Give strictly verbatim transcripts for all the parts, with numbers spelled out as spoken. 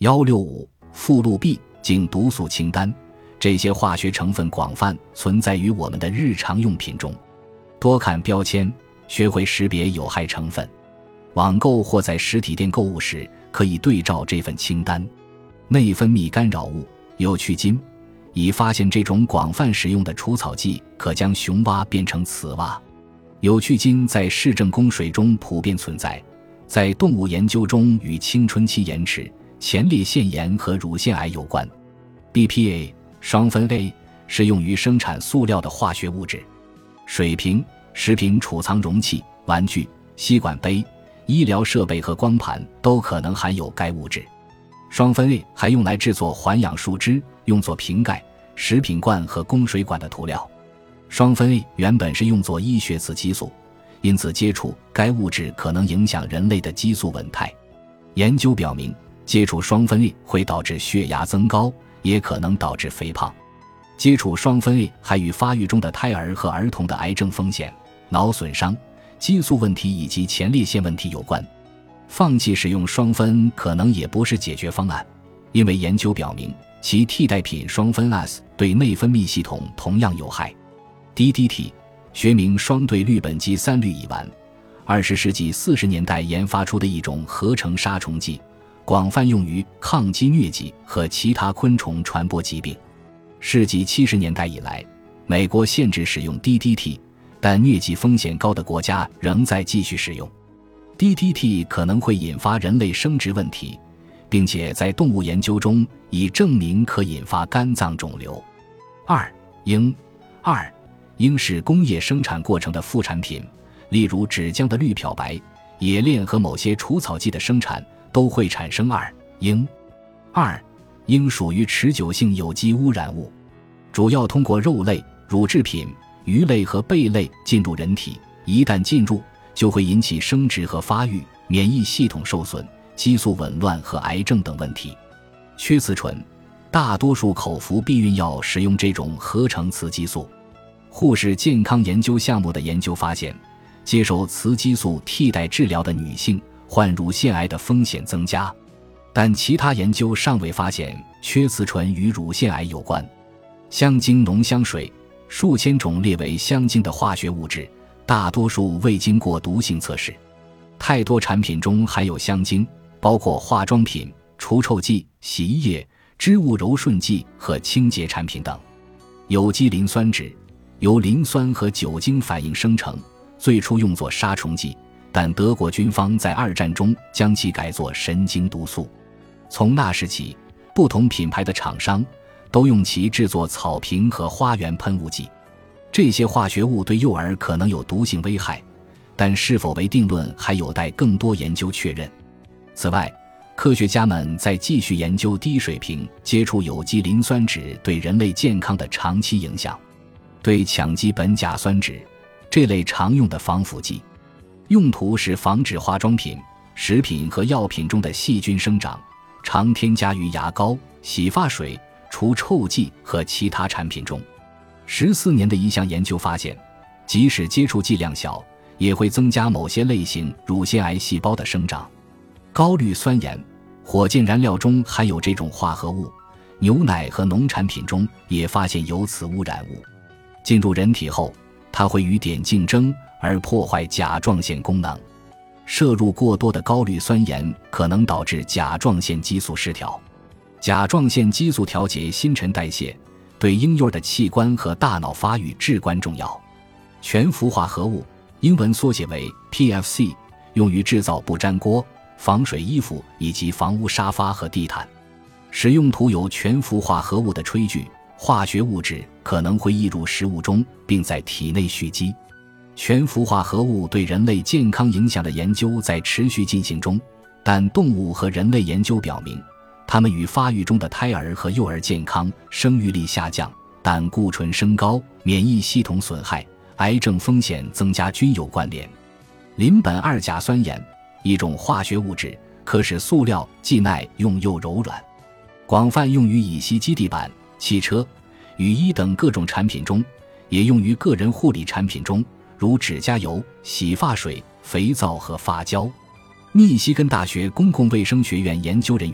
一六五附录 B 净毒素清单，这些化学成分广泛存在于我们的日常用品中，多看标签，学会识别有害成分。网购或在实体店购物时，可以对照这份清单。内分泌干扰物、有趣菌，已发现这种广泛使用的除草剂可将雄蛙变成雌蛙。有趣菌在市政供水中普遍存在，在动物研究中与青春期延迟、前列腺炎和乳腺癌有关。 B P A 双酚 A 是用于生产塑料的化学物质，水瓶、食品储藏容器、玩具、吸管杯、医疗设备和光盘都可能含有该物质。双酚 A 还用来制作环氧树脂，用作瓶盖、食品罐和供水管的涂料。双酚 A 原本是用作医学雌激素，因此接触该物质可能影响人类的激素稳态。研究表明，接触双酚 A 会导致血压增高，也可能导致肥胖。接触双酚 A 还与发育中的胎儿和儿童的癌症风险、脑损伤、激素问题以及前列腺问题有关。放弃使用双酚可能也不是解决方案，因为研究表明其替代品双酚 S 对内分泌系统同样有害。 D D T 学名双对氯苯基三氯乙烷，二十世纪四十年代研发出的一种合成杀虫剂，广泛用于抗击疟疾和其他昆虫传播疾病。世纪七十年代以来，美国限制使用 D D T， 但疟疾风险高的国家仍在继续使用。D D T 可能会引发人类生殖问题，并且在动物研究中已证明可引发肝脏肿瘤。二、羟二羟是工业生产过程的副产品，例如纸浆的滤漂白、冶炼和某些除草剂的生产都会产生二羟。二羟属于持久性有机污染物，主要通过肉类、乳制品、鱼类和贝类进入人体，一旦进入就会引起生殖和发育、免疫系统受损、激素紊乱和癌症等问题。缺雌醇，大多数口服避孕药使用这种合成雌激素。护士健康研究项目的研究发现，接受雌激素替代治疗的女性患乳腺癌的风险增加，但其他研究尚未发现缺雌醇与乳腺癌有关。香精浓香水，数千种列为香精的化学物质，大多数未经过毒性测试。太多产品中含有香精，包括化妆品、除臭剂、洗衣液、织物柔顺剂和清洁产品等。有机磷酸酯由磷酸和酒精反应生成，最初用作杀虫剂，但德国军方在二战中将其改作神经毒素。从那时起，不同品牌的厂商都用其制作草坪和花园喷雾剂。这些化学物对幼儿可能有毒性危害，但是否为定论还有待更多研究确认。此外，科学家们在继续研究低水平接触有机磷酸酯对人类健康的长期影响。对羟基苯甲酸酯，这类常用的防腐剂，用途是防止化妆品、食品和药品中的细菌生长，常添加于牙膏、洗发水、除臭剂和其他产品中。十四年的一项研究发现，即使接触剂量小，也会增加某些类型乳腺癌细胞的生长。高氯酸盐，火箭燃料中含有这种化合物，牛奶和农产品中也发现有此污染物。进入人体后，它会与碘竞争而破坏甲状腺功能。摄入过多的高氯酸盐可能导致甲状腺激素失调。甲状腺激素调节新陈代谢，对婴幼儿的器官和大脑发育至关重要。全氟化合物，英文缩写为 P F C， 用于制造不粘锅、防水衣服以及房屋沙发和地毯。使用涂有全氟化合物的炊具，化学物质可能会溢入食物中，并在体内蓄积。全氟化合物对人类健康影响的研究在持续进行中，但动物和人类研究表明，它们与发育中的胎儿和幼儿健康、生育力下降、胆固醇升高、免疫系统损害、癌症风险增加均有关联。邻苯二甲酸盐，一种化学物质，可使塑料既耐用又柔软，广泛用于乙烯基地板、汽车、雨衣等各种产品中，也用于个人护理产品中，如指甲油、洗发水、肥皂和发胶。密西根大学公共卫生学院研究人员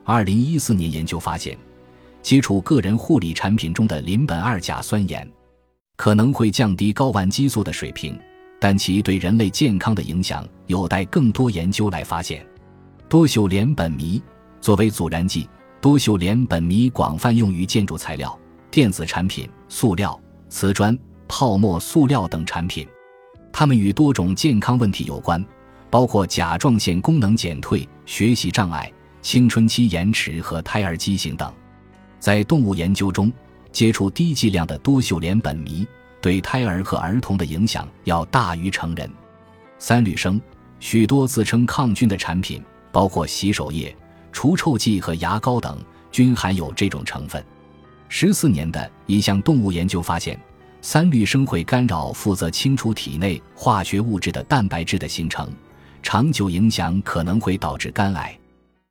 二零一四年研究发现，接触个人护理产品中的邻苯二甲酸盐可能会降低睾丸激素的水平，但其对人类健康的影响有待更多研究来发现。多溴联苯醚作为阻燃剂，多溴联苯醚广泛用于建筑材料、电子产品、塑料、瓷砖、泡沫塑料等产品。它们与多种健康问题有关，包括甲状腺功能减退、学习障碍、青春期延迟和胎儿畸形等。在动物研究中，接触低剂量的多溴联苯醚对胎儿和儿童的影响要大于成人。三氯生，许多自称抗菌的产品，包括洗手液、除臭剂和牙膏等，均含有这种成分。十四年的一项动物研究发现，三氯生会干扰负责清除体内化学物质的蛋白质的形成，长久影响可能会导致肝癌。